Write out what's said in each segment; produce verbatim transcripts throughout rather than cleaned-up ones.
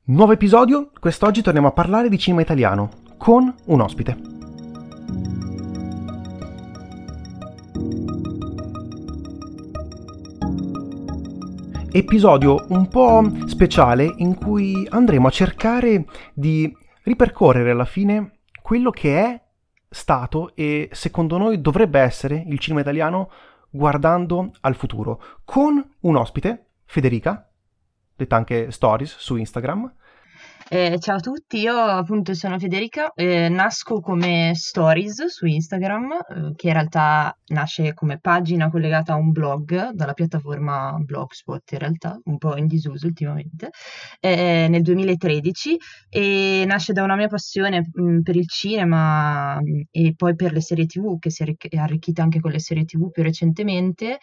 Nuovo episodio, quest'oggi torniamo a parlare di cinema italiano, con un ospite. Episodio un po' speciale in cui andremo a cercare di ripercorrere alla fine quello che è stato e secondo noi dovrebbe essere il cinema italiano guardando al futuro, con un ospite, Federica, detta anche Stories su Instagram. Eh, ciao a tutti, io appunto sono Federica, eh, nasco come Stories su Instagram, eh, che in realtà nasce come pagina collegata a un blog dalla piattaforma Blogspot, in realtà un po' in disuso ultimamente, eh, nel duemilatredici, e nasce da una mia passione mh, per il cinema mh, e poi per le serie tivù, che si è arricch- è arricchita anche con le serie tivù più recentemente.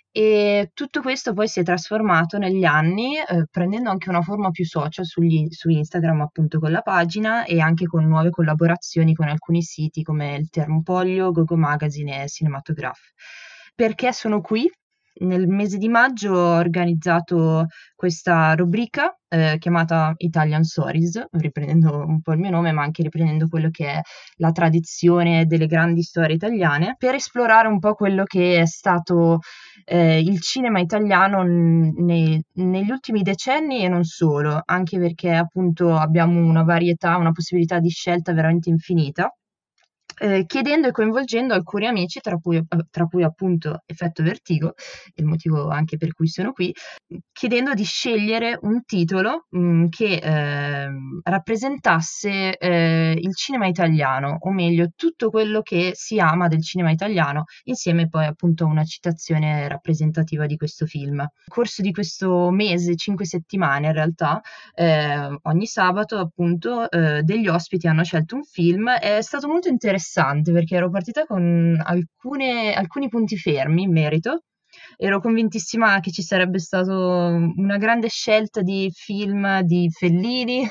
E tutto questo poi si è trasformato negli anni, eh, prendendo anche una forma più social sugli- su Instagram, appunto con la pagina e anche con nuove collaborazioni con alcuni siti come il Termopolio, Gogo Magazine e Cinematograph. Perché sono qui? Nel mese di maggio ho organizzato questa rubrica eh, chiamata Italian Stories, riprendendo un po' il mio nome, ma anche riprendendo quello che è la tradizione delle grandi storie italiane, per esplorare un po' quello che è stato eh, il cinema italiano ne- negli ultimi decenni e non solo, anche perché appunto abbiamo una varietà, una possibilità di scelta veramente infinita. Eh, chiedendo e coinvolgendo alcuni amici, tra cui, eh, tra cui appunto Effetto Vertigo, il motivo anche per cui sono qui, chiedendo di scegliere un titolo mh, che ehm, rappresentasse eh, il cinema italiano, o meglio, tutto quello che si ama del cinema italiano, insieme poi appunto a una citazione rappresentativa di questo film. Nel corso di questo mese, cinque settimane in realtà, eh, ogni sabato appunto eh, degli ospiti hanno scelto un film. È stato molto interessante perché ero partita con alcune, alcuni punti fermi in merito. Ero convintissima che ci sarebbe stato una grande scelta di film di Fellini,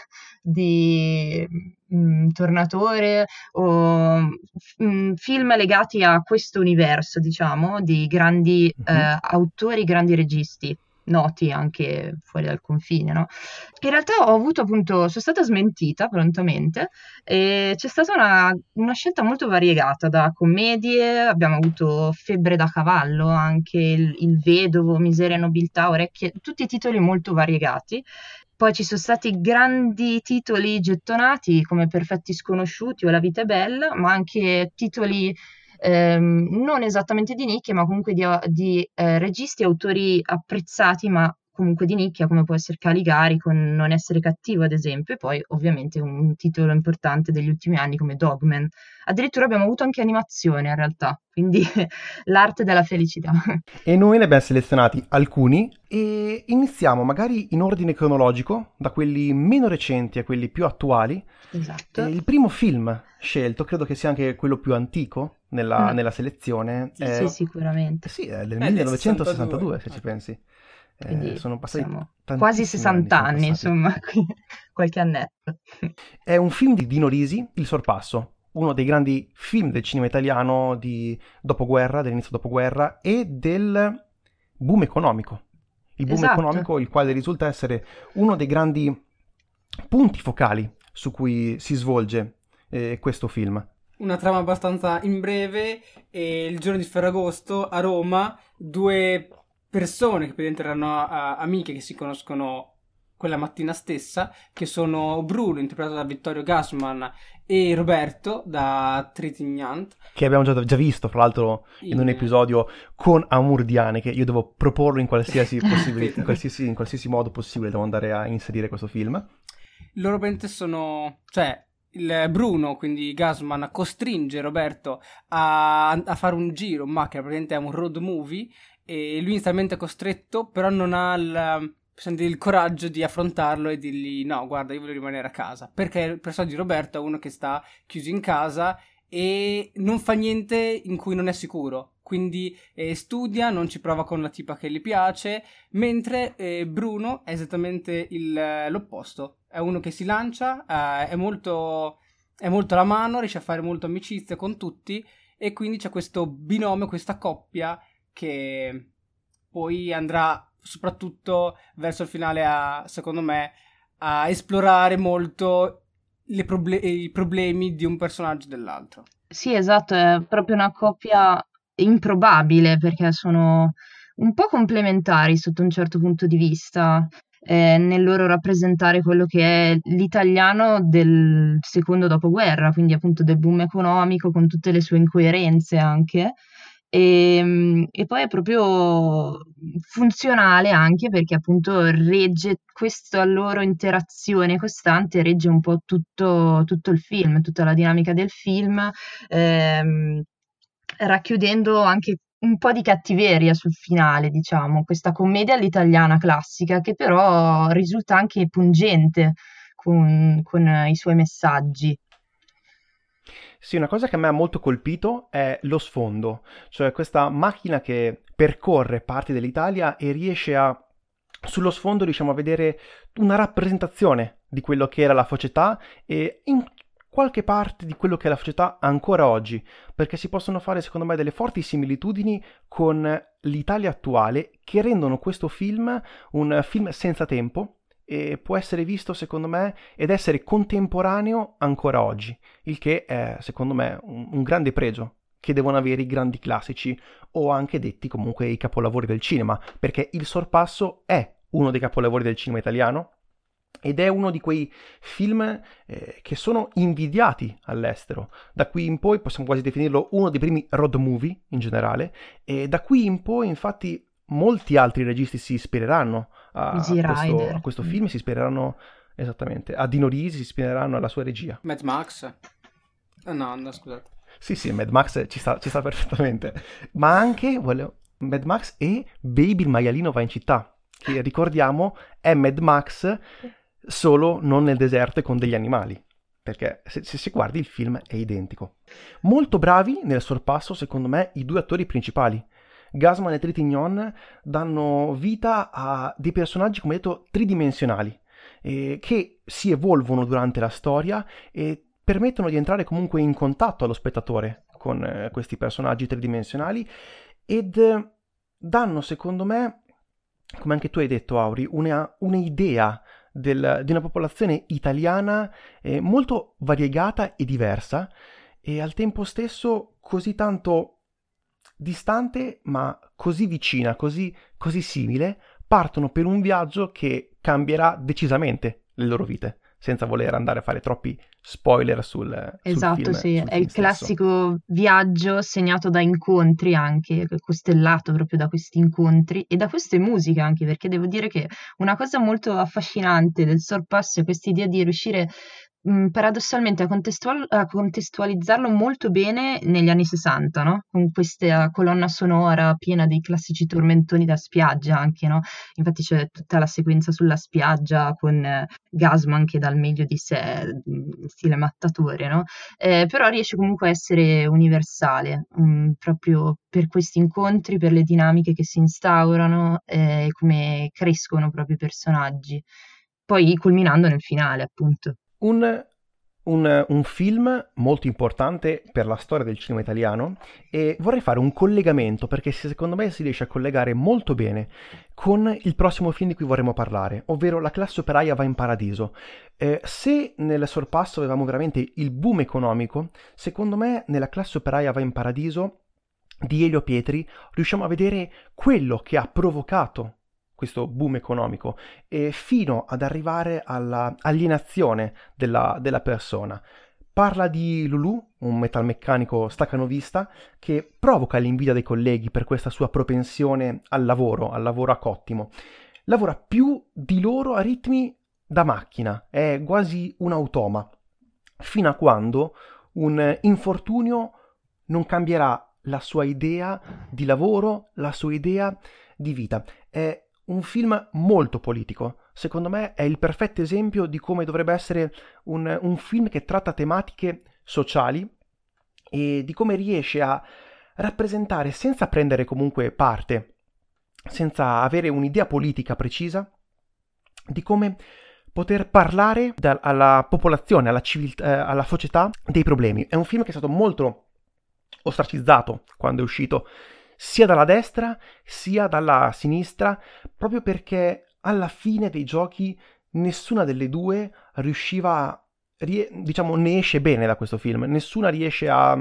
di mm, Tornatore o mm, film legati a questo universo, diciamo, di grandi Mhm. eh, autori, grandi registi noti anche fuori dal confine, no? In realtà ho avuto appunto, sono stata smentita prontamente e c'è stata una, una scelta molto variegata, da commedie, abbiamo avuto Febbre da cavallo, anche il, il Vedovo, Miseria e nobiltà, Orecchie, tutti titoli molto variegati. Poi ci sono stati grandi titoli gettonati come Perfetti sconosciuti o La vita è bella, ma anche titoli ehm, non esattamente di nicchia, ma comunque di, di, eh, registi e autori apprezzati, ma comunque di nicchia, come può essere Caligari con Non essere cattivo, ad esempio, e poi ovviamente un titolo importante degli ultimi anni come Dogman. Addirittura abbiamo avuto anche animazione in realtà, quindi l'arte della felicità. E noi ne abbiamo selezionati alcuni e iniziamo magari in ordine cronologico, da quelli meno recenti a quelli più attuali. E Esatto. il primo film scelto, credo che sia anche quello più antico nella, Mm. nella selezione, Sì, è, Sì, so. eh sicuramente. sì, è del È del millenovecentosessantadue, sessantadue. se ci Ok. pensi. Eh, Quindi sono passati siamo quasi tantissimi anni, sessanta sono anni, passati. insomma, quindi qualche annetto. È un film di Dino Risi, Il sorpasso, uno dei grandi film del cinema italiano di dopoguerra, dell'inizio dopoguerra e del boom economico. Il boom Esatto. economico, il quale risulta essere uno dei grandi punti focali su cui si svolge eh, questo film. Una trama abbastanza in breve. E il giorno di Ferragosto a Roma due persone che poi diventeranno a- amiche, che si conoscono quella mattina stessa, che sono Bruno, interpretato da Vittorio Gassman, e Roberto, da Trintignant, Che abbiamo già, già visto, fra l'altro, in un in episodio con Amur Diane, che io devo proporlo in qualsiasi, possibili- in Ripeto. qualsiasi, in qualsiasi modo possibile, devo andare a inserire questo film. Loro praticamente sono, cioè, il Bruno, quindi Gasman, costringe Roberto a, a fare un giro in macchina, praticamente è un road movie, e lui inizialmente è costretto, però non ha il, il coraggio di affrontarlo e dirgli no, guarda, io voglio rimanere a casa, perché il personaggio di Roberto è uno che sta chiuso in casa e non fa niente in cui non è sicuro. Quindi eh, studia, non ci prova con la tipa che gli piace, mentre eh, Bruno è esattamente il, l'opposto. È uno che si lancia, eh, è molto è molto alla mano, riesce a fare molto amicizia con tutti, e quindi c'è questo binomio, questa coppia che poi andrà soprattutto verso il finale a, secondo me, a esplorare molto le proble- i problemi di un personaggio e dell'altro. Sì, esatto, è proprio una coppia improbabile perché sono un po' complementari sotto un certo punto di vista, eh, nel loro rappresentare quello che è l'italiano del secondo dopoguerra, quindi appunto del boom economico con tutte le sue incoerenze anche. E, mm, e poi è proprio funzionale anche perché appunto regge questa loro interazione costante, regge un po' tutto, tutto il film, tutta la dinamica del film, ehm, racchiudendo anche un po' di cattiveria sul finale, diciamo, questa commedia all'italiana classica che però risulta anche pungente con, con i suoi messaggi. Sì, una cosa che a me ha molto colpito è lo sfondo, cioè questa macchina che percorre parti dell'Italia e riesce a, sullo sfondo riusciamo a vedere una rappresentazione di quello che era la società e in qualche parte di quello che è la società ancora oggi, perché si possono fare secondo me delle forti similitudini con l'Italia attuale che rendono questo film un film senza tempo e può essere visto secondo me ed essere contemporaneo ancora oggi, il che è secondo me un, un grande pregio che devono avere i grandi classici o anche detti comunque i capolavori del cinema, perché Il Sorpasso è uno dei capolavori del cinema italiano ed è uno di quei film eh, che sono invidiati all'estero. Da qui in poi possiamo quasi definirlo uno dei primi road movie in generale e da qui in poi infatti molti altri registi si ispireranno a, Easy a questo, a Rider. questo Mm. film, si ispireranno esattamente a Dino Risi, si ispireranno alla sua regia. Mad Max? Eh, no, no, scusate. Sì, sì, Mad Max ci sta, ci sta perfettamente. Ma anche volevo, Mad Max e Baby il maialino va in città, che ricordiamo è Mad Max solo non nel deserto e con degli animali. Perché se, se si guardi il film è identico. Molto bravi nel sorpasso, secondo me, i due attori principali. Gassman e Trintignant danno vita a dei personaggi, come detto, tridimensionali, eh, che si evolvono durante la storia e permettono di entrare comunque in contatto allo spettatore con eh, questi personaggi tridimensionali ed eh, danno, secondo me, come anche tu hai detto, Auri, una, un'idea del, di una popolazione italiana eh, molto variegata e diversa e al tempo stesso così tanto distante ma così vicina, così, così simile, partono per un viaggio che cambierà decisamente le loro vite, senza voler andare a fare troppi spoiler sul, sul Esatto, film, sì, sul è film il stesso. classico viaggio segnato da incontri anche, costellato proprio da questi incontri e da queste musiche anche, perché devo dire che una cosa molto affascinante del Sorpasso è questa idea di riuscire mh, paradossalmente a, contestual- a contestualizzarlo molto bene negli anni sessanta, no? Con questa colonna sonora piena dei classici tormentoni da spiaggia anche, no? Infatti c'è tutta la sequenza sulla spiaggia con eh, Gassman che dà il meglio di sé, mh, stile mattatore, no? Eh, però riesce comunque a essere universale, mh, proprio per questi incontri, per le dinamiche che si instaurano e come crescono proprio i personaggi, poi culminando nel finale, appunto. Un, un, un film molto importante per la storia del cinema italiano e vorrei fare un collegamento perché secondo me si riesce a collegare molto bene con il prossimo film di cui vorremmo parlare, ovvero La classe operaia va in paradiso. Eh, se nel Sorpasso avevamo veramente il boom economico, secondo me nella classe operaia va in paradiso di Elio Pietri riusciamo a vedere quello che ha provocato questo boom economico, e fino ad arrivare alla alienazione della, della persona. Parla di Lulù, un metalmeccanico staccanovista, che provoca l'invidia dei colleghi per questa sua propensione al lavoro, al lavoro a cottimo. Lavora più di loro a ritmi da macchina, è quasi un automa, fino a quando un infortunio non cambierà la sua idea di lavoro, la sua idea di vita. È un film molto politico, secondo me è il perfetto esempio di come dovrebbe essere un, un film che tratta tematiche sociali e di come riesce a rappresentare senza prendere comunque parte, senza avere un'idea politica precisa, di come poter parlare da, alla popolazione, alla, civil, eh, alla società dei problemi. È un film che è stato molto ostracizzato quando è uscito, sia dalla destra sia dalla sinistra, proprio perché alla fine dei giochi nessuna delle due riusciva a, rie- diciamo, ne esce bene da questo film, nessuna riesce a,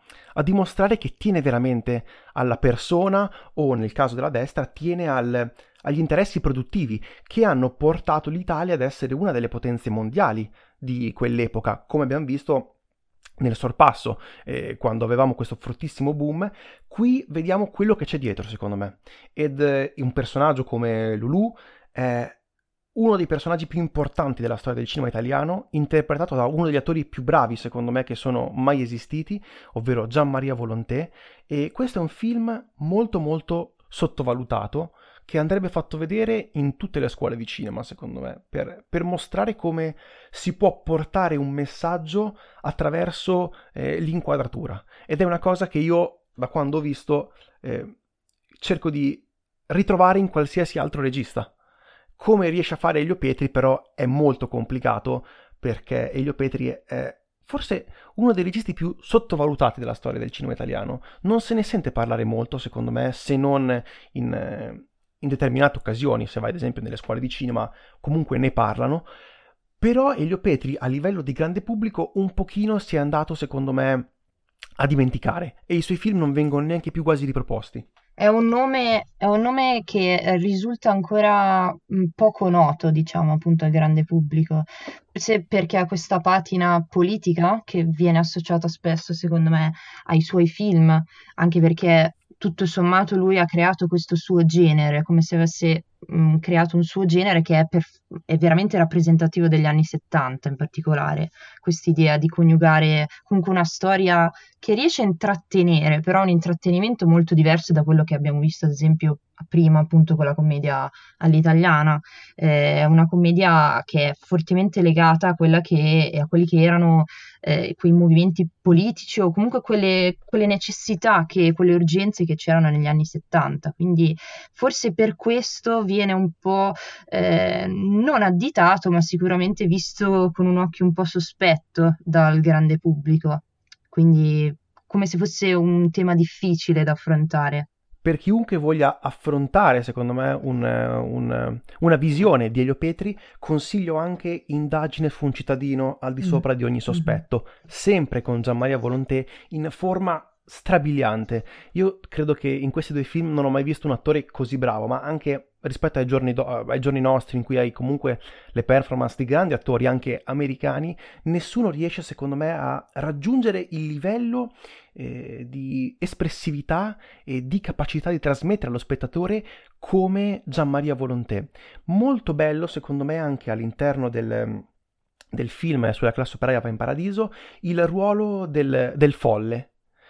a dimostrare che tiene veramente alla persona o, nel caso della destra, tiene al, agli interessi produttivi che hanno portato l'Italia ad essere una delle potenze mondiali di quell'epoca, come abbiamo visto nel sorpasso, eh, quando avevamo questo fortissimo boom. Qui vediamo quello che c'è dietro, secondo me, ed eh, un personaggio come Lulù è uno dei personaggi più importanti della storia del cinema italiano, interpretato da uno degli attori più bravi, secondo me, che sono mai esistiti, ovvero Gian Maria Volonté, e questo è un film molto molto sottovalutato, che andrebbe fatto vedere in tutte le scuole di cinema, secondo me, per, per mostrare come si può portare un messaggio attraverso eh, l'inquadratura. Ed è una cosa che io, da quando ho visto, eh, cerco di ritrovare in qualsiasi altro regista. Come riesce a fare Elio Petri, però, è molto complicato, perché Elio Petri è forse uno dei registi più sottovalutati della storia del cinema italiano. Non se ne sente parlare molto, secondo me, se non in... Eh, in determinate occasioni, se vai ad esempio nelle scuole di cinema, comunque ne parlano, però Elio Petri a livello di grande pubblico un pochino si è andato, secondo me, a dimenticare, e i suoi film non vengono neanche più quasi riproposti. È un nome, è un nome che risulta ancora mh, poco noto, diciamo, appunto al grande pubblico, forse perché ha questa patina politica che viene associata spesso, secondo me, ai suoi film, anche perché tutto sommato lui ha creato questo suo genere, come se avesse mh, creato un suo genere che è, per- è veramente rappresentativo degli anni settanta in particolare, quest'idea di coniugare comunque una storia che riesce a intrattenere, però un intrattenimento molto diverso da quello che abbiamo visto, ad esempio, prima appunto con la commedia all'italiana. Eh, È una commedia che è fortemente legata a quella che, a quelli che erano eh, quei movimenti politici o comunque quelle, quelle necessità, che, quelle urgenze che c'erano negli anni settanta. Quindi forse per questo viene un po' eh, non additato, ma sicuramente visto con un occhio un po' sospetto dal grande pubblico. Quindi come se fosse un tema difficile da affrontare. Per chiunque voglia affrontare, secondo me, un, un, una visione di Elio Petri, consiglio anche Indagine su un cittadino al di sopra di ogni sospetto, sempre con Gian Maria Volonté, in forma strabiliante. Io credo che in questi due film non ho mai visto un attore così bravo, ma anche rispetto ai giorni, do- ai giorni nostri, in cui hai comunque le performance di grandi attori anche americani, nessuno riesce, secondo me, a raggiungere il livello eh, di espressività e di capacità di trasmettere allo spettatore come Gian Maria Volonté. Molto bello, secondo me, anche all'interno del, del film Sulla classe operaia va in paradiso, il ruolo del, del folle.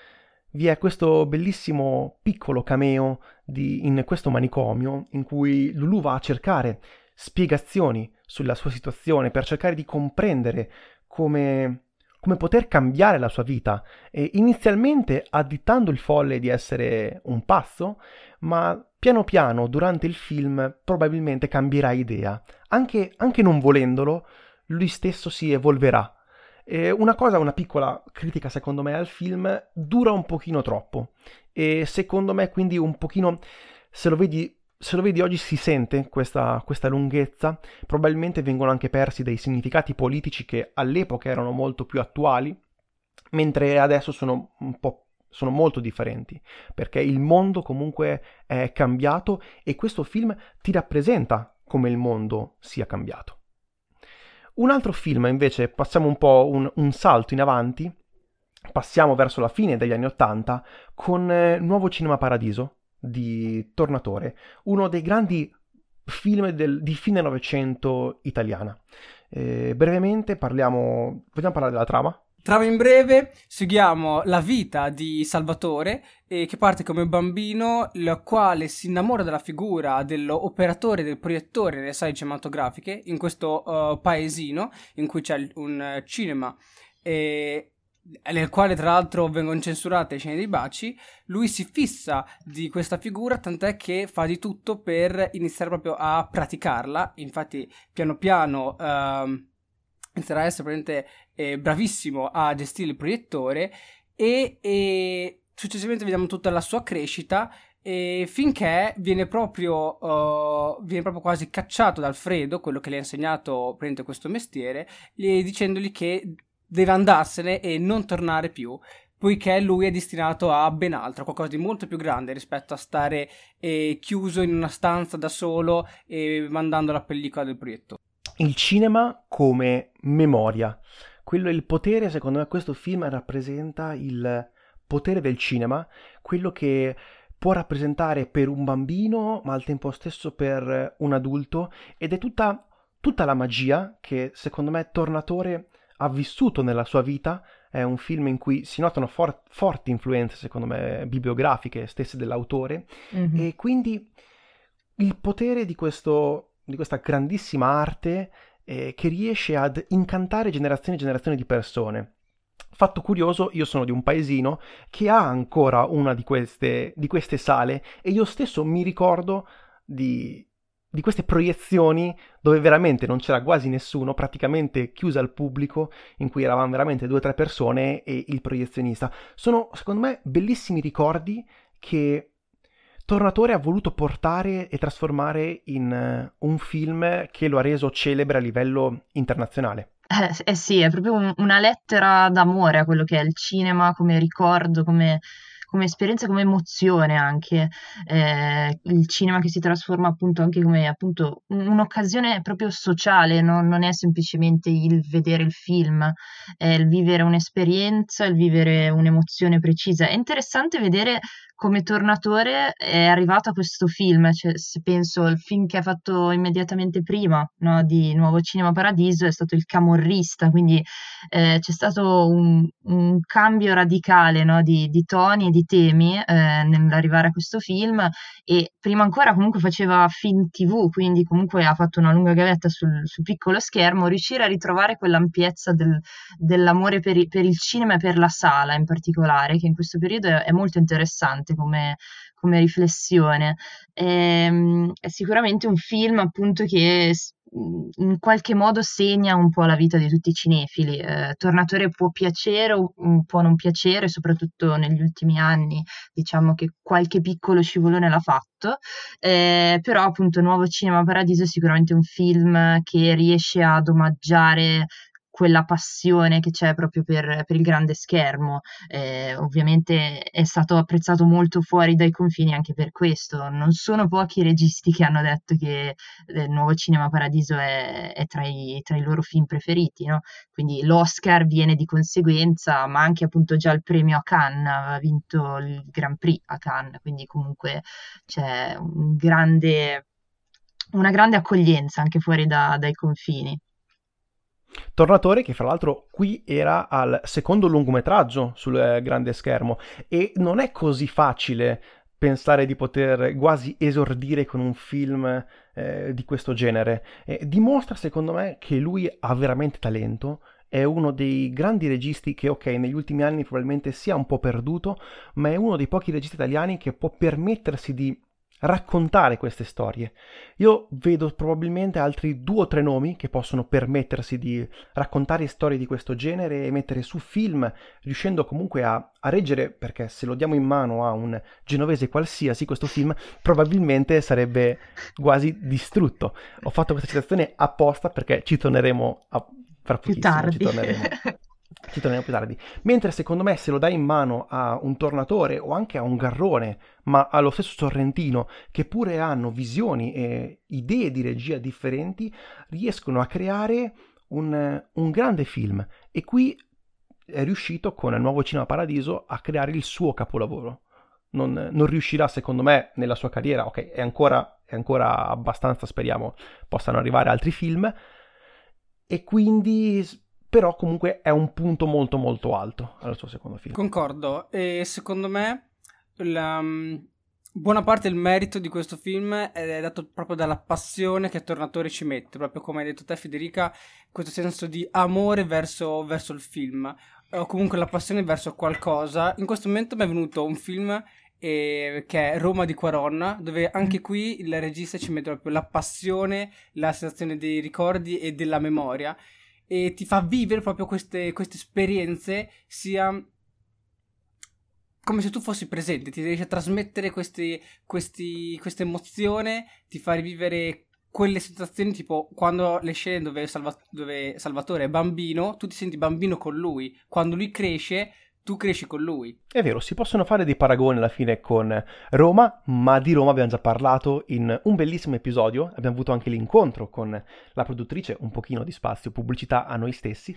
Vi è questo bellissimo piccolo cameo di, in questo manicomio in cui Lulù va a cercare spiegazioni sulla sua situazione per cercare di comprendere come, come poter cambiare la sua vita, e inizialmente additando il folle di essere un pazzo, ma piano piano durante il film probabilmente cambierà idea, anche, anche non volendolo, lui stesso si evolverà. E una cosa, una piccola critica secondo me al film, dura un pochino troppo, e secondo me quindi un pochino, se lo vedi, se lo vedi oggi si sente questa, questa lunghezza, probabilmente vengono anche persi dei significati politici che all'epoca erano molto più attuali, mentre adesso sono un po' sono molto differenti, perché il mondo comunque è cambiato e questo film ti rappresenta come il mondo sia cambiato. Un altro film invece, passiamo un po' un, un salto in avanti, passiamo verso la fine degli anni Ottanta con eh, Nuovo Cinema Paradiso di Tornatore, uno dei grandi film del, di fine Novecento italiana. Eh, brevemente parliamo, vogliamo parlare della trama? Trama in breve, seguiamo la vita di Salvatore, eh, che parte come bambino, il quale si innamora della figura dell'operatore del proiettore nelle sale cinematografiche in questo uh, paesino in cui c'è un uh, cinema eh, nel quale tra l'altro vengono censurate le scene dei baci. Lui si fissa di questa figura, tant'è che fa di tutto per iniziare proprio a praticarla. Infatti piano piano uh, inizierà a essere praticamente eh, bravissimo a gestire il proiettore, e, e successivamente vediamo tutta la sua crescita, e finché viene proprio, uh, viene proprio quasi cacciato da Alfredo, quello che le ha insegnato prendere questo mestiere, gli, dicendogli che deve andarsene e non tornare più, poiché lui è destinato a ben altro, qualcosa di molto più grande rispetto a stare eh, chiuso in una stanza da solo e mandando la pellicola del proiettore. Il cinema come memoria. Quello è il potere, secondo me questo film rappresenta il potere del cinema, quello che può rappresentare per un bambino, ma al tempo stesso per un adulto, ed è tutta, tutta la magia che secondo me Tornatore ha vissuto nella sua vita. È un film in cui si notano for- forti influenze, secondo me, bibliografiche stesse dell'autore, Mhm. e quindi il potere di questo, di questa grandissima arte eh, che riesce ad incantare generazioni e generazioni di persone. Fatto curioso, io sono di un paesino che ha ancora una di queste, di queste sale, e io stesso mi ricordo di, di queste proiezioni dove veramente non c'era quasi nessuno, praticamente chiusa al pubblico, in cui eravamo veramente due o tre persone e il proiezionista. Sono, secondo me, bellissimi ricordi che Tornatore ha voluto portare e trasformare in eh, un film che lo ha reso celebre a livello internazionale. Eh, s- eh sì, è proprio un- una lettera d'amore a quello che è il cinema come ricordo, come, come esperienza, come emozione anche. Eh, il cinema che si trasforma appunto anche come appunto un- un'occasione proprio sociale, no? Non è semplicemente il vedere il film, è il vivere un'esperienza, il vivere un'emozione precisa. È interessante vedere come Tornatore è arrivato a questo film, cioè, se penso al film che ha fatto immediatamente prima, no, di Nuovo Cinema Paradiso, è stato Il Camorrista, quindi eh, c'è stato un, un cambio radicale, no, di, di toni e di temi eh, nell'arrivare a questo film, e prima ancora comunque faceva film tivù, quindi comunque ha fatto una lunga gavetta sul, sul piccolo schermo. Riuscire a ritrovare quell'ampiezza del, dell'amore per, i- per il cinema e per la sala in particolare, che in questo periodo è, è molto interessante come, come riflessione. Ehm, È, sicuramente un film appunto che s- in qualche modo segna un po' la vita di tutti i cinefili. Eh, Tornatore può piacere o mm, può non piacere, soprattutto negli ultimi anni, diciamo che qualche piccolo scivolone l'ha fatto, eh, però appunto Nuovo Cinema Paradiso è sicuramente un film che riesce ad omaggiare quella passione che c'è proprio per, per il grande schermo. Eh, ovviamente è stato apprezzato molto fuori dai confini anche per questo. Non sono pochi i registi che hanno detto che eh, il Nuovo Cinema Paradiso è, è tra i, tra i loro film preferiti, no? Quindi l'Oscar viene di conseguenza, ma anche appunto già il premio a Cannes, aveva vinto il Grand Prix a Cannes, quindi comunque c'è un grande, una grande accoglienza anche fuori da- dai confini. Tornatore che fra l'altro qui era al secondo lungometraggio sul eh, grande schermo, e non è così facile pensare di poter quasi esordire con un film eh, di questo genere. Eh, dimostra secondo me che lui ha veramente talento, è uno dei grandi registi che, ok, negli ultimi anni probabilmente sia un po' perduto, ma è uno dei pochi registi italiani che può permettersi di raccontare queste storie. Io vedo probabilmente altri due o tre nomi che possono permettersi di raccontare storie di questo genere e mettere su film, riuscendo comunque a, a reggere, perché se lo diamo in mano a un genovese qualsiasi, questo film probabilmente sarebbe quasi distrutto. Ho fatto questa citazione apposta perché ci torneremo a, fra Più pochissimo, ci tardi. torneremo. Ci torneremo più tardi. Mentre secondo me se lo dai in mano a un Tornatore o anche a un Garrone, ma allo stesso Sorrentino, che pure hanno visioni e idee di regia differenti, riescono a creare un, un grande film. E qui è riuscito con il Nuovo Cinema Paradiso a creare il suo capolavoro. Non, non riuscirà secondo me nella sua carriera, ok, è ancora, è ancora abbastanza, speriamo possano arrivare altri film, e quindi però comunque è un punto molto molto alto al suo secondo film. Concordo, e secondo me la, mm, buona parte del merito di questo film è dato proprio dalla passione che Tornatore ci mette, proprio come hai detto te Federica, questo senso di amore verso, verso il film, o comunque la passione verso qualcosa. In questo momento mi è venuto un film eh, che è Roma di Quaron, dove anche qui il regista ci mette proprio la passione, la sensazione dei ricordi e della memoria, e ti fa vivere proprio queste, queste esperienze sia come se tu fossi presente, ti riesce a trasmettere questi, questi, questa emozione, ti fa rivivere quelle situazioni, tipo quando le scene dove, Salva- dove Salvatore è bambino, tu ti senti bambino con lui, quando lui cresce, tu cresci con lui. È vero, si possono fare dei paragoni alla fine con Roma, ma di Roma abbiamo già parlato in un bellissimo episodio, abbiamo avuto anche l'incontro con la produttrice, un pochino di spazio, pubblicità a noi stessi,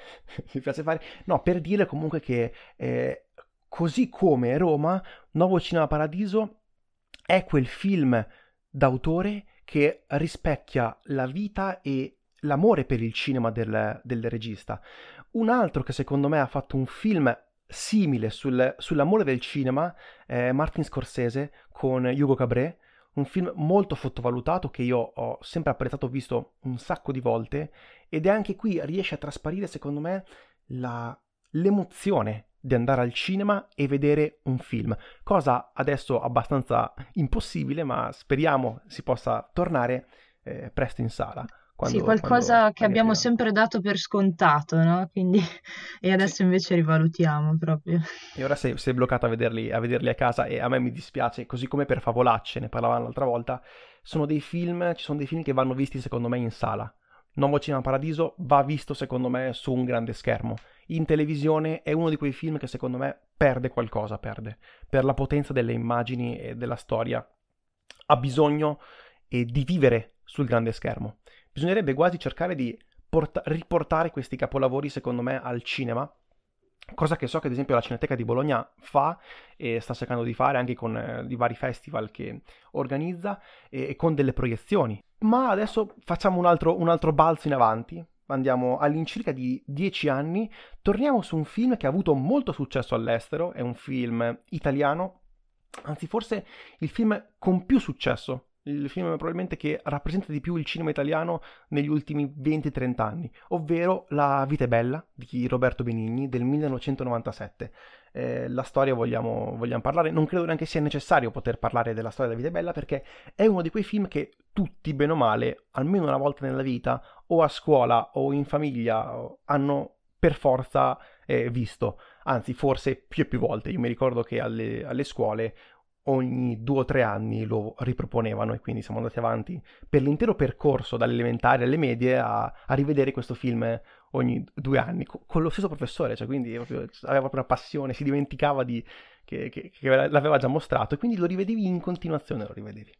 mi piace fare, no, per dire comunque che eh, così come Roma, Nuovo Cinema Paradiso è quel film d'autore che rispecchia la vita e l'amore per il cinema del, del regista. Un altro che secondo me ha fatto un film simile sul, sull'amore del cinema è Martin Scorsese con Hugo Cabret, un film molto sottovalutato che io ho sempre apprezzato, ho visto un sacco di volte, ed è anche qui riesce a trasparire secondo me la, l'emozione di andare al cinema e vedere un film, cosa adesso abbastanza impossibile, ma speriamo si possa tornare eh, presto in sala. Sì, Quando, qualcosa quando che magari abbiamo arriviamo. sempre dato per scontato, no? Quindi, e Sì. adesso invece rivalutiamo proprio. E ora sei, sei bloccato a vederli, a vederli a casa, e a me mi dispiace, così come per Favolacce, ne parlavamo l'altra volta, sono dei film, ci sono dei film che vanno visti secondo me in sala. Nuovo Cinema Paradiso va visto secondo me su un grande schermo. In televisione è uno di quei film che secondo me perde qualcosa, perde, per la potenza delle immagini e della storia. Ha bisogno eh, di vivere sul grande schermo. Bisognerebbe quasi cercare di porta- riportare questi capolavori secondo me al cinema, cosa che so che ad esempio la Cineteca di Bologna fa e sta cercando di fare anche con eh, i vari festival che organizza, e, e con delle proiezioni. Ma adesso facciamo un altro, un altro balzo in avanti, andiamo all'incirca di dieci anni, torniamo su un film che ha avuto molto successo all'estero, è un film italiano, anzi forse il film con più successo, il film probabilmente che rappresenta di più il cinema italiano negli ultimi venti trenta anni, ovvero La vita è bella di Roberto Benigni del millenovecentonovantasette. Eh, la storia vogliamo, vogliamo parlare, non credo neanche sia necessario poter parlare della storia della vita è bella, perché è uno di quei film che tutti, bene o male, almeno una volta nella vita, o a scuola o in famiglia, hanno per forza eh, visto, anzi forse più e più volte. Io mi ricordo che alle, alle scuole ogni due o tre anni lo riproponevano, e quindi siamo andati avanti per l'intero percorso dalle elementari alle medie a, a rivedere questo film ogni due anni co- con lo stesso professore, cioè quindi proprio, aveva proprio una passione, si dimenticava di, che, che, che l'aveva già mostrato, e quindi lo rivedevi in continuazione, lo rivedevi.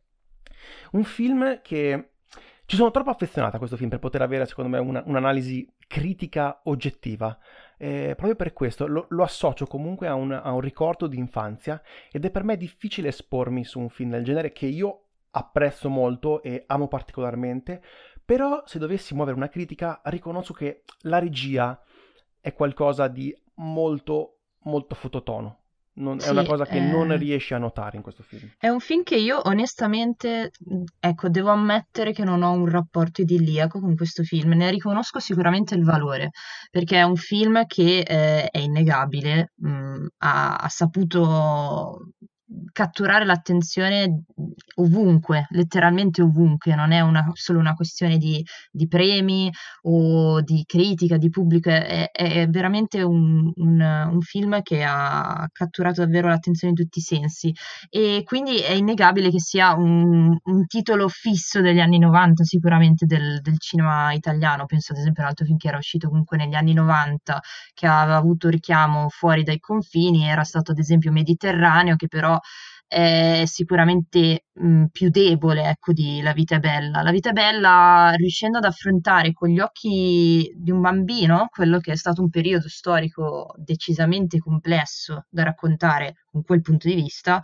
Un film che ci sono troppo affezionato a questo film per poter avere, secondo me, una, un'analisi critica oggettiva. Eh, proprio per questo lo, lo associo comunque a un, a un ricordo di infanzia, ed è per me difficile espormi su un film del genere che io apprezzo molto e amo particolarmente, però se dovessi muovere una critica riconosco che la regia è qualcosa di molto molto fototono. Non, è una Sì, cosa che non eh, riesci a notare in questo film. è un film che io onestamente, mh, ecco, devo ammettere che non ho un rapporto idilliaco con questo film, ne riconosco sicuramente il valore, perché è un film che eh, è innegabile, mh, ha, ha saputo catturare l'attenzione ovunque, letteralmente ovunque, non è una- solo una questione di, di premi o di critica, di pubblico, è, è veramente un, un- un film che ha catturato davvero l'attenzione in tutti i sensi, e quindi è innegabile che sia un, un titolo fisso degli anni novanta sicuramente del, del cinema italiano. Penso ad esempio a un altro film che era uscito comunque negli anni novanta, che aveva avuto richiamo fuori dai confini, era stato ad esempio Mediterraneo, che però è sicuramente mh, più debole, ecco, di La vita è bella. La vita è bella, riuscendo ad affrontare con gli occhi di un bambino quello che è stato un periodo storico decisamente complesso da raccontare con quel punto di vista,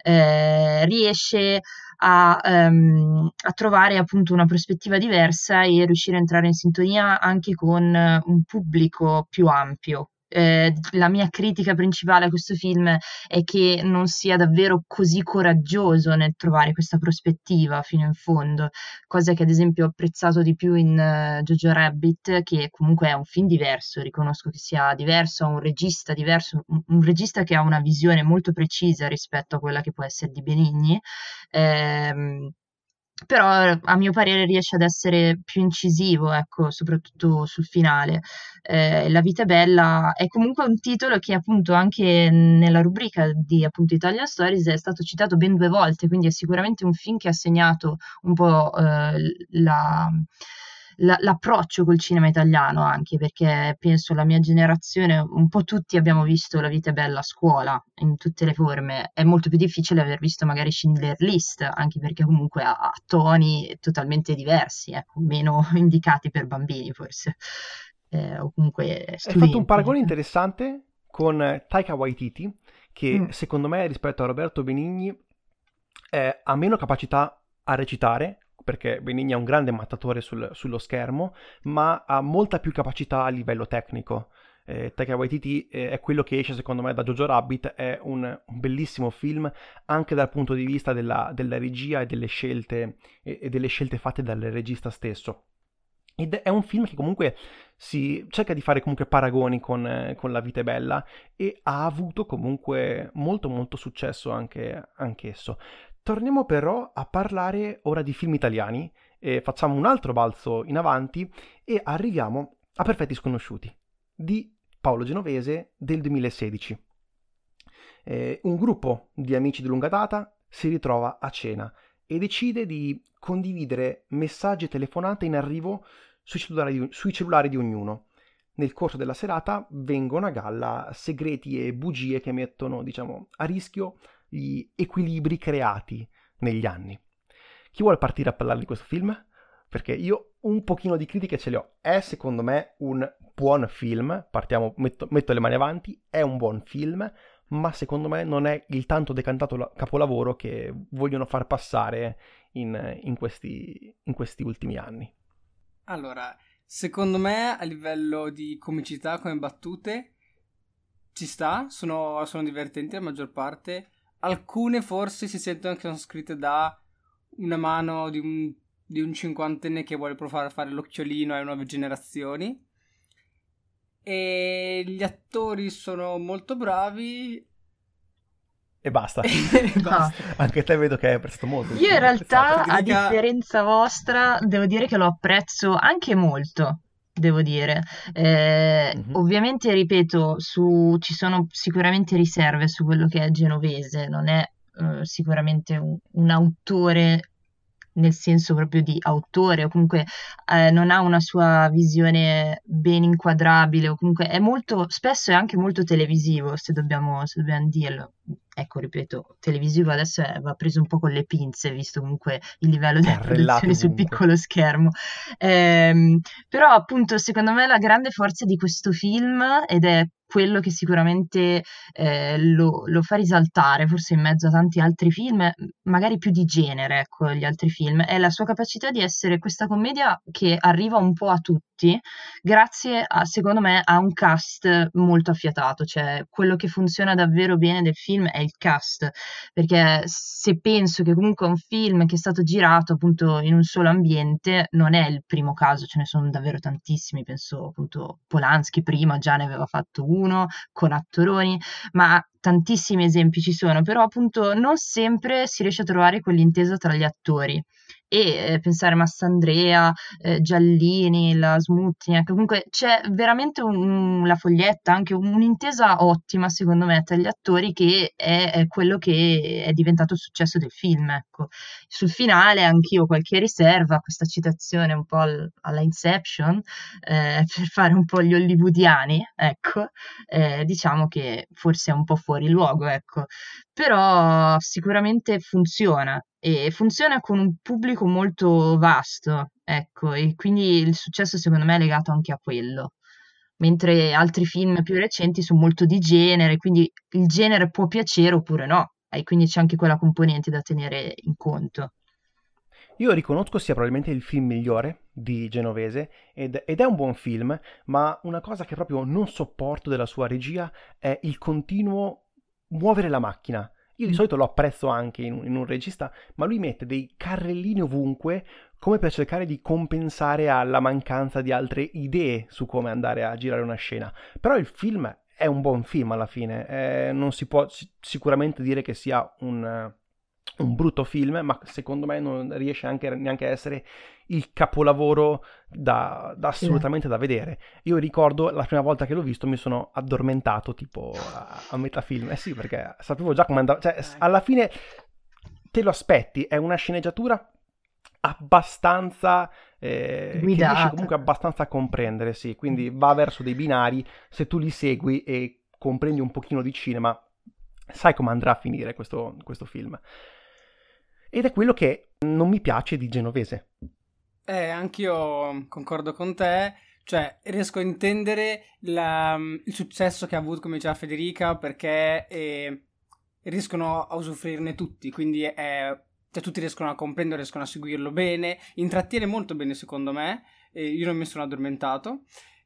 eh, riesce a, ehm, a trovare appunto una prospettiva diversa e riuscire a entrare in sintonia anche con eh, un pubblico più ampio. Eh, la mia critica principale a questo film è che non sia davvero così coraggioso nel trovare questa prospettiva fino in fondo, cosa che ad esempio ho apprezzato di più in uh, Jojo Rabbit, che comunque è un film diverso, riconosco che sia diverso, ha un regista diverso, un, un regista che ha una visione molto precisa rispetto a quella che può essere di Benigni. Ehm, però a mio parere riesce ad essere più incisivo, ecco, soprattutto sul finale. Eh, La vita è bella è comunque un titolo che appunto anche nella rubrica di appunto Italian Stories è stato citato ben due volte, quindi è sicuramente un film che ha segnato un po' eh, la- la- l'approccio col cinema italiano, anche perché penso la mia generazione, un po' tutti abbiamo visto La vita è bella a scuola in tutte le forme. È molto più difficile aver visto magari Schindler List, anche perché comunque ha, ha toni totalmente diversi, ecco, meno indicati per bambini forse, eh, o comunque Hai fatto un studenti. paragone interessante con Taika Waititi, che Mm. secondo me rispetto a Roberto Benigni eh, ha meno capacità a recitare, perché Benigni è un grande mattatore sul- sullo schermo, ma ha molta più capacità a livello tecnico. Eh, Taika Waititi eh, è quello che esce secondo me da Jojo Rabbit, è un, un bellissimo film anche dal punto di vista della, della regia e delle scelte, e, e delle scelte fatte dal regista stesso. Ed è un film che comunque si cerca di fare comunque paragoni con, eh, con La vita è bella e ha avuto comunque molto molto successo anche anch'esso. Torniamo però a parlare ora di film italiani, e facciamo un altro balzo in avanti e arriviamo a Perfetti Sconosciuti di Paolo Genovese del duemilasedici. Eh, un gruppo di amici di lunga data si ritrova a cena e decide di condividere messaggi e telefonate in arrivo sui cellulari di, sui cellulari di ognuno. Nel corso della serata vengono a galla segreti e bugie che mettono, diciamo, a rischio gli equilibri creati negli anni. Chi vuole partire a parlare di questo film? Perché io un pochino di critiche ce le ho. È secondo me un buon film, partiamo, metto, metto le mani avanti, è un buon film, ma secondo me non è il tanto decantato capolavoro che vogliono far passare in, in, questi, in questi ultimi anni. Allora, secondo me a livello di comicità come battute ci sta, sono, sono divertenti la maggior parte. Alcune forse si sentono che sono scritte da una mano di un, di un cinquantenne che vuole provare a fare l'occhiolino alle nuove generazioni. E gli attori sono molto bravi. E basta. E basta. Ah. Anche te vedo che hai apprezzato molto. Io in realtà, a Federica- differenza vostra, devo dire che lo apprezzo anche molto, devo dire. Eh, Mhm. Ovviamente, ripeto, su, ci sono sicuramente riserve su quello che è Genovese, non è eh, sicuramente un, un autore nel senso proprio di autore, o comunque eh, non ha una sua visione ben inquadrabile, o comunque è molto, spesso è anche molto televisivo, se dobbiamo, se dobbiamo dirlo. Ecco, ripeto, televisivo adesso è- va preso un po' con le pinze, visto comunque il livello delle Carrellate produzioni sul ovunque. piccolo schermo. Ehm, però appunto secondo me la grande forza di questo film, ed è quello che sicuramente eh, lo, lo fa risaltare, forse in mezzo a tanti altri film, magari più di genere, ecco, gli altri film, è la sua capacità di essere questa commedia che arriva un po' a tutti, grazie a, secondo me, a un cast molto affiatato, cioè quello che funziona davvero bene del film è il cast, perché se penso che comunque è un film che è stato girato appunto in un solo ambiente, non è il primo caso, ce ne sono davvero tantissimi, penso appunto Polanski prima già ne aveva fatto uno con attoroni, ma tantissimi esempi ci sono, però appunto non sempre si riesce a trovare quell'intesa tra gli attori. E eh, pensare a Massandrea, eh, Giallini, la Smutniak, comunque c'è veramente un- un- la Foglietta, anche un'intesa ottima secondo me tra gli attori che è, è quello che è diventato il successo del film, ecco. Sul finale anch'io ho qualche riserva, questa citazione un po' al- alla Inception, eh, per fare un po' gli hollywoodiani, ecco, eh, diciamo che forse è un po' fuori luogo, ecco, però sicuramente funziona e funziona con un pubblico molto vasto, ecco, e quindi il successo secondo me è legato anche a quello. Mentre altri film più recenti sono molto di genere, quindi il genere può piacere oppure no, e quindi c'è anche quella componente da tenere in conto. Io riconosco sia probabilmente il film migliore di Genovese ed, ed è un buon film, ma una cosa che proprio non sopporto della sua regia è il continuo muovere la macchina. Io di Mm. solito lo apprezzo anche in un, in un regista, ma lui mette dei carrellini ovunque come per cercare di compensare alla mancanza di altre idee su come andare a girare una scena. Però il film è un buon film alla fine, eh, non si può si- sicuramente dire che sia un un brutto film, ma secondo me non riesce anche neanche a essere il capolavoro da, da assolutamente da vedere. Io ricordo la prima volta che l'ho visto mi sono addormentato tipo a, a metà film, eh sì, perché sapevo già come andava, cioè alla fine te lo aspetti, è una sceneggiatura abbastanza eh, che riesci comunque abbastanza a comprendere, sì, quindi va verso dei binari, se tu li segui e comprendi un pochino di cinema, sai come andrà a finire questo, questo film. Ed è quello che non mi piace di Genovese. Eh, anch'io concordo con te, cioè riesco a intendere la, il successo che ha avuto, come diceva Federica, perché eh, riescono a usufruirne tutti, quindi è, cioè, tutti riescono a comprendere, riescono a seguirlo bene, intrattiene molto bene secondo me, e io non mi sono addormentato.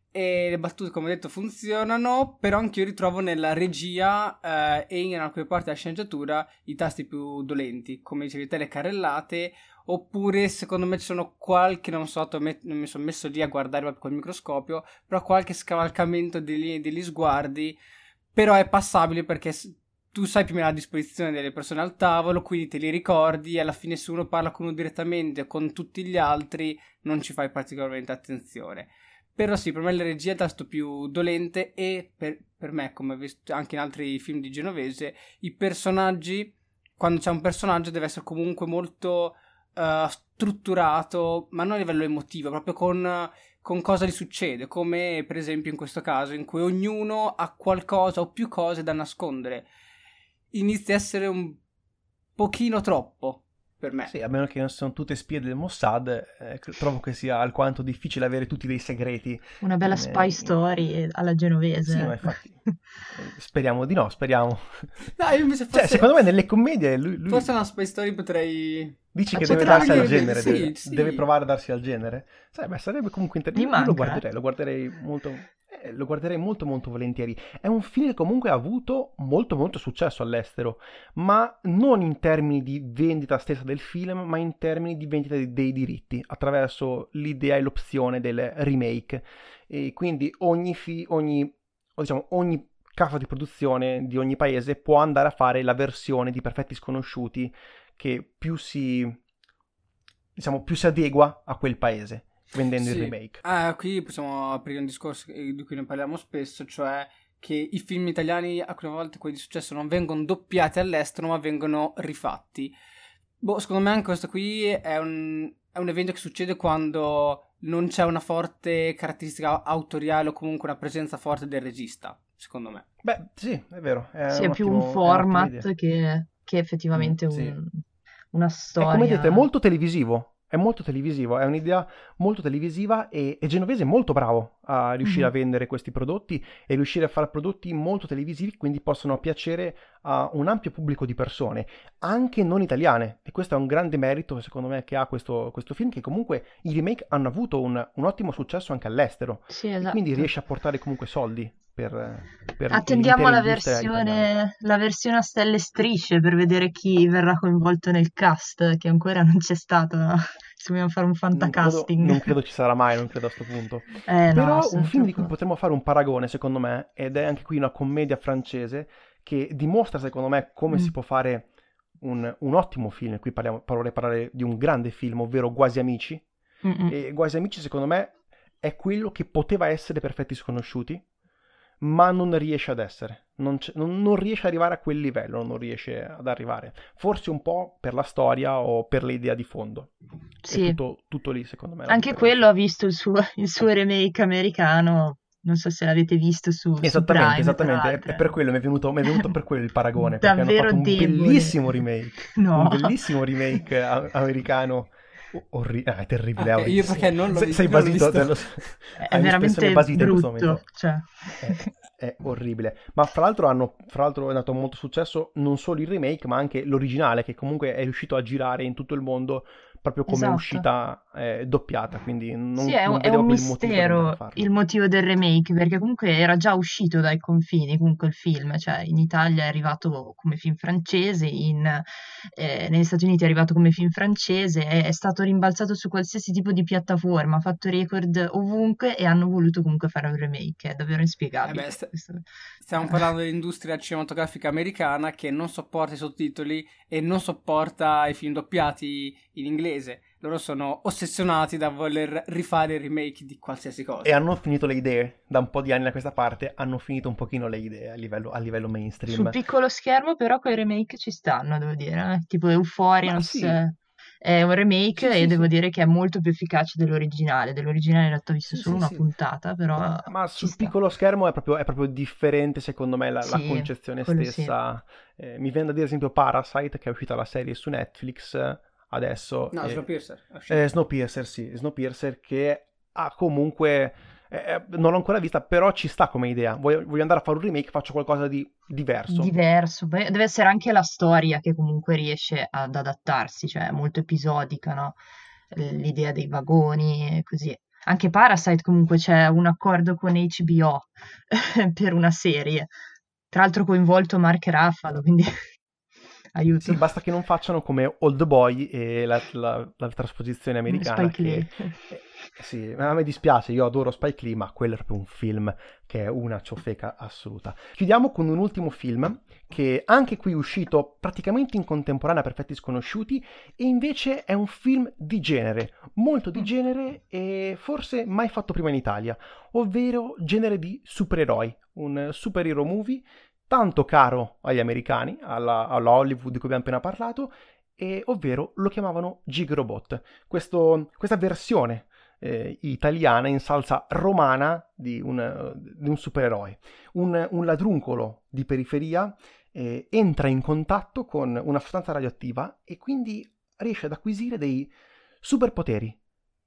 E le battute, come ho detto, funzionano, però anche io ritrovo nella regia eh, e in alcune parti della sceneggiatura i tasti più dolenti, come dicevi te, le carrellate, oppure secondo me ci sono qualche, non so, non mi sono messo lì a guardare col microscopio, però qualche scavalcamento degli, degli sguardi, però è passabile perché tu sai più o meno la disposizione delle persone al tavolo, quindi te li ricordi, e alla fine se uno parla con uno direttamente o con tutti gli altri non ci fai particolarmente attenzione. Però sì, per me la regia è il tasto più dolente, e per, per me, come ho visto anche in altri film di Genovese, i personaggi, quando c'è un personaggio deve essere comunque molto uh, strutturato, ma non a livello emotivo, proprio con, con cosa gli succede, come per esempio in questo caso, in cui ognuno ha qualcosa o più cose da nascondere. Inizia a essere un pochino troppo. Per me. Sì, a meno che non sono tutte spie del Mossad, eh, trovo che sia alquanto difficile avere tutti dei segreti. Una bella spy story alla Genovese. Sì, ma infatti speriamo di no, speriamo. No, io invece forse... Cioè, secondo me nelle commedie lui... lui... Forse una spy story potrei... Dici che deve darsi al genere, sì, deve, sì. deve provare a darsi al genere? Sai, beh, sarebbe comunque interessante. Io lo guarderei, lo guarderei molto... Eh, lo guarderei molto molto volentieri. È un film che comunque ha avuto molto molto successo all'estero, ma non in termini di vendita stessa del film, ma in termini di vendita dei, dei diritti, attraverso l'idea e l'opzione del remake. E quindi ogni, fi, ogni, o diciamo, ogni casa di produzione di ogni paese può andare a fare la versione di Perfetti Sconosciuti che più si, diciamo, più si adegua a quel paese, vendendo sì. il remake. Ah, qui possiamo aprire un discorso di cui ne parliamo spesso, cioè che i film italiani alcune volte, quelli di successo, non vengono doppiati all'estero ma vengono rifatti. Boh, secondo me anche questo qui è un, è un evento che succede quando non c'è una forte caratteristica autoriale o comunque una presenza forte del regista, secondo me. Beh, sì, è vero. È sì, un è più ottimo, un format che, che effettivamente mm, un, sì. una storia. È, come dite, è molto televisivo. È molto televisivo, è un'idea molto televisiva e, e Genovese è molto bravo a riuscire mm-hmm. a vendere questi prodotti e riuscire a fare prodotti molto televisivi, quindi possono piacere a un ampio pubblico di persone, anche non italiane, e questo è un grande merito secondo me che ha questo, questo film, che comunque i remake hanno avuto un, un ottimo successo anche all'estero, sì, esatto. e quindi riesce a portare comunque soldi per, per attendiamo la versione, la versione a stelle e strisce per vedere chi verrà coinvolto nel cast, che ancora non c'è stato. Se vogliamo fare un fantacasting, non, non credo ci sarà mai, non credo a questo punto. Eh, Però no, un film di cui potremmo fare un paragone secondo me, ed è anche qui una commedia francese che dimostra secondo me come mm. si può fare un, un ottimo film. Qui parliamo, vorrei parlare di un grande film, ovvero Quasi Amici. Mm-mm. E Quasi Amici secondo me è quello che poteva essere Perfetti Sconosciuti, ma non riesce ad essere, non, non, non riesce ad arrivare a quel livello, non riesce ad arrivare, forse un po' per la storia o per l'idea di fondo. Sì. È tutto, tutto lì secondo me. Anche quello ha visto il suo, il suo remake americano, non so se l'avete visto su, esattamente, su Prime. Esattamente, è, è per quello, mi è venuto, mi è venuto per quello il paragone, perché Davvero hanno fatto un debole. bellissimo remake, no. un bellissimo remake a- americano. Orri- ah, è terribile. Ah, io perché non l'ho, sei, sei non basito, l'ho dello... è veramente brutto, cioè. è, è orribile, ma fra l'altro hanno fra l'altro è dato molto successo non solo il remake ma anche l'originale, che comunque è riuscito a girare in tutto il mondo proprio come esatto. è uscita eh, doppiata, quindi non, Sì, è un, non è vedevo un più il motivo di andare a mistero farlo. il motivo del remake, perché comunque era già uscito dai confini, comunque il film, cioè in Italia è arrivato come film francese, in, eh, negli Stati Uniti è arrivato come film francese, è, è stato rimbalzato su qualsiasi tipo di piattaforma, ha fatto record ovunque e hanno voluto comunque fare un remake, è davvero Eh beh, inspiegabile. st- Questo. stiamo parlando dell'industria cinematografica americana che non sopporta i sottotitoli e non sopporta i film doppiati in inglese. Loro sono ossessionati da voler rifare il remake di qualsiasi cosa. E hanno finito le idee, da un po' di anni a questa parte, hanno finito un pochino le idee a livello, a livello mainstream. Sul piccolo schermo però quei remake ci stanno, devo dire, eh. Tipo Euphoria, Ma non so sì, se è un remake sì, e sì, devo sì. dire che è molto più efficace dell'originale. Dell'originale in realtà ho visto Sì, solo sì, una sì. puntata, però Ma ci sul sta. piccolo schermo è proprio, è proprio differente, secondo me, la, la Sì, concezione quello sì. stessa. Eh, mi viene da dire, ad esempio, Parasite, che è uscita la serie su Netflix eh, adesso. No, e- Snowpiercer è uscito. eh, Snowpiercer, sì, Snowpiercer, che ha comunque... eh, eh, non l'ho ancora vista, però ci sta come idea. Voglio, voglio andare a fare un remake, faccio qualcosa di diverso. Diverso. Poi deve essere anche la storia che comunque riesce ad adattarsi, cioè è molto episodica, no? L'idea dei vagoni e così. Anche Parasite comunque c'è un accordo con H B O per una serie. Tra l'altro coinvolto Mark Ruffalo, quindi aiuto. Sì, basta che non facciano come Old Boy e la, la- la trasposizione americana Spike Lee. che... eh, sì, a me dispiace, io adoro Spike Lee, ma quello è proprio un film che è una ciofeca assoluta. Chiudiamo con un ultimo film che anche qui è uscito praticamente in contemporanea per Perfetti Sconosciuti e invece è un film di genere, molto di genere e forse mai fatto prima in Italia, ovvero genere di supereroi, un superhero movie tanto caro agli americani, alla, alla Hollywood di cui abbiamo appena parlato, e, ovvero lo chiamavano Gigrobot. Questo, questa versione eh, italiana in salsa romana di un, di un supereroe. Un, un ladruncolo di periferia eh, entra in contatto con una sostanza radioattiva e quindi riesce ad acquisire dei superpoteri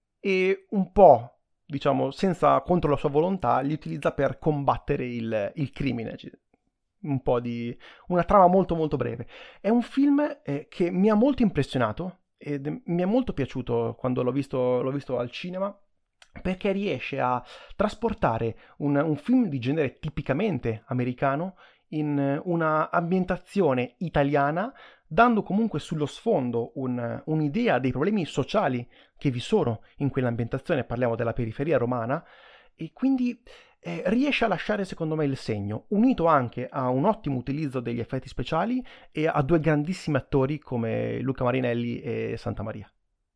e un po', diciamo, senza contro la sua volontà, li utilizza per combattere il, il crimine. Un po' di... una trama molto molto breve. È un film eh, che mi ha molto impressionato ed mi è molto piaciuto quando l'ho visto, l'ho visto al cinema perché riesce a trasportare un, un film di genere tipicamente americano in una ambientazione italiana, dando comunque sullo sfondo un, un'idea dei problemi sociali che vi sono in quell'ambientazione, parliamo della periferia romana, e quindi eh, riesce a lasciare secondo me il segno, unito anche a un ottimo utilizzo degli effetti speciali e a due grandissimi attori come Luca Marinelli e Santa Maria.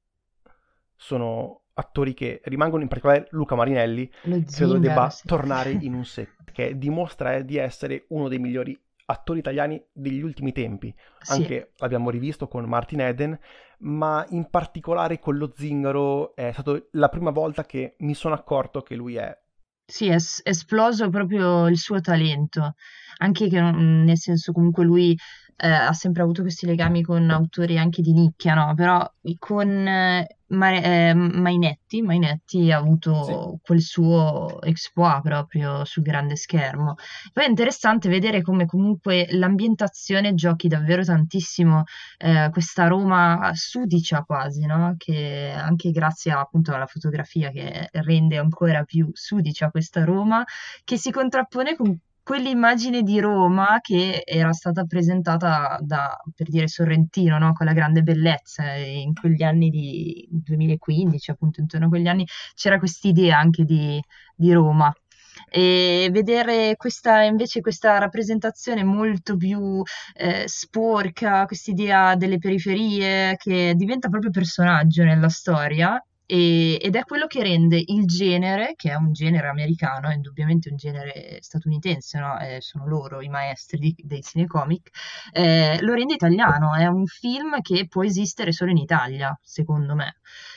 Sono attori che rimangono, in particolare Luca Marinelli, Lo credo zingaro, debba sì. tornare in un set, perché dimostra eh, di essere uno dei migliori attori italiani degli ultimi tempi. Sì. Anche l'abbiamo rivisto con Martin Eden, ma in particolare con lo zingaro è stata la prima volta che mi sono accorto che lui è Sì, è es- esploso proprio il suo talento, anche che, mm, nel senso comunque lui eh, ha sempre avuto questi legami con autori anche di nicchia, no? Però con eh, Ma- eh, Mainetti, Mainetti ha sì. avuto quel suo exploit proprio sul grande schermo. Poi è interessante vedere come comunque l'ambientazione giochi davvero tantissimo eh, questa Roma sudicia quasi, no? Che anche grazie appunto alla fotografia che rende ancora più sudicia questa Roma, che si contrappone con quell'immagine di Roma che era stata presentata da, per dire, Sorrentino, no? Con la grande bellezza e in quegli anni di duemilaquindici, appunto intorno a quegli anni c'era quest'idea anche di, di Roma. E vedere questa invece questa rappresentazione molto più eh, sporca, quest'idea delle periferie che diventa proprio personaggio nella storia e- ed è quello che rende il genere, che è un genere americano, è indubbiamente un genere statunitense, no? Eh, sono loro i maestri di- dei cinecomic, eh, lo rende italiano, è un film che può esistere solo in Italia, secondo me.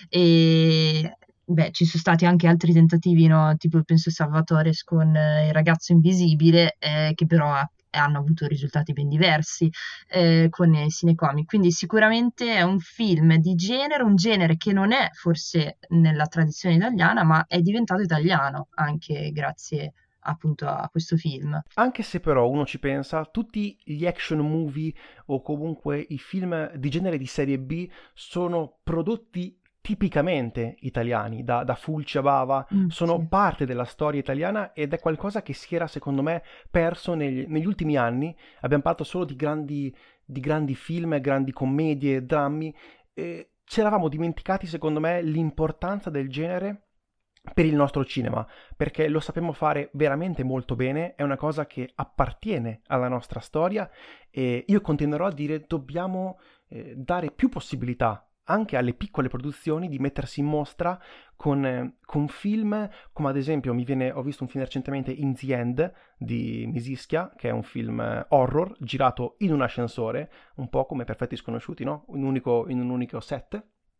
E beh, ci sono stati anche altri tentativi, no? Tipo penso Salvatore con eh, Il ragazzo invisibile, eh, che però ha- hanno avuto risultati ben diversi eh, con i cinecomic. Quindi sicuramente è un film di genere, un genere che non è forse nella tradizione italiana, ma è diventato italiano anche grazie appunto a questo film. Anche se però uno ci pensa, tutti gli action movie o comunque i film di genere di serie B sono prodotti tipicamente italiani, da, da Fulci a Bava, Mm, sono sì. parte della storia italiana ed è qualcosa che si era secondo me perso negli, negli ultimi anni. Abbiamo parlato solo di grandi, di grandi film, grandi commedie, drammi, e ci eravamo dimenticati secondo me l'importanza del genere per il nostro cinema, perché lo sappiamo fare veramente molto bene, è una cosa che appartiene alla nostra storia e io continuerò a dire dobbiamo eh, dare più possibilità anche alle piccole produzioni di mettersi in mostra con, eh, con film come ad esempio mi viene, ho visto un film recentemente, In the End di Misischia, che è un film eh, horror girato in un ascensore, un po' come Perfetti Sconosciuti, no? In un unico, in un unico set.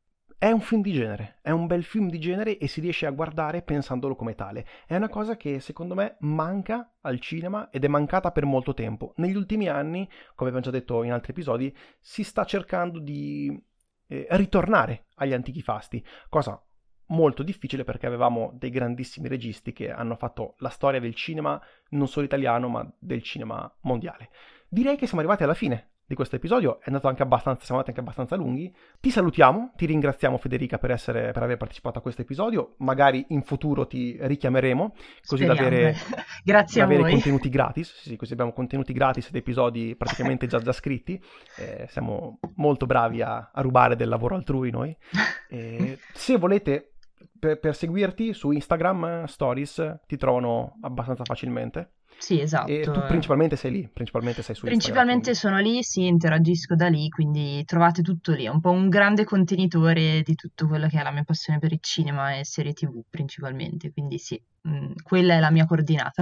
È un film di genere, è un bel film di genere e si riesce a guardare pensandolo come tale. È una cosa che secondo me manca al cinema ed è mancata per molto tempo. Negli ultimi anni, come abbiamo già detto in altri episodi, si sta cercando di eh, ritornare agli antichi fasti, cosa molto difficile perché avevamo dei grandissimi registi che hanno fatto la storia del cinema non solo italiano ma del cinema mondiale. Direi che siamo arrivati alla fine di questo episodio, è andato anche abbastanza, siamo andati anche abbastanza lunghi. Ti salutiamo, ti ringraziamo Federica per, essere, per aver partecipato a questo episodio, magari in futuro ti richiameremo così da Speriamo. avere, Grazie da a avere voi. contenuti gratis, sì, sì, così abbiamo contenuti gratis ed episodi praticamente già, già scritti, eh, siamo molto bravi a, a rubare del lavoro altrui noi. Eh, se volete per, per seguirti su Instagram, Stories ti trovano abbastanza facilmente. Sì, esatto. E tu principalmente sei lì, principalmente sei su Principalmente Instagram. sono lì, sì, interagisco da lì, quindi trovate tutto lì. È un po' un grande contenitore di tutto quello che è la mia passione per il cinema e serie tivù principalmente, quindi sì, mh, quella è la mia coordinata.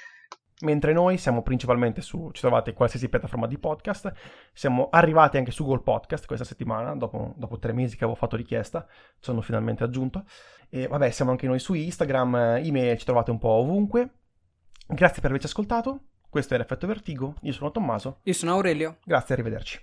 Mentre noi siamo principalmente su, ci trovate qualsiasi piattaforma di podcast, siamo arrivati anche su Google Podcast questa settimana, dopo, dopo tre mesi che avevo fatto richiesta, ci sono finalmente aggiunto. E vabbè, siamo anche noi su Instagram, email, ci trovate un po' ovunque. Grazie per averci ascoltato, questo era Effetto Vertigo, io sono Tommaso. Io sono Aurelio. Grazie, arrivederci.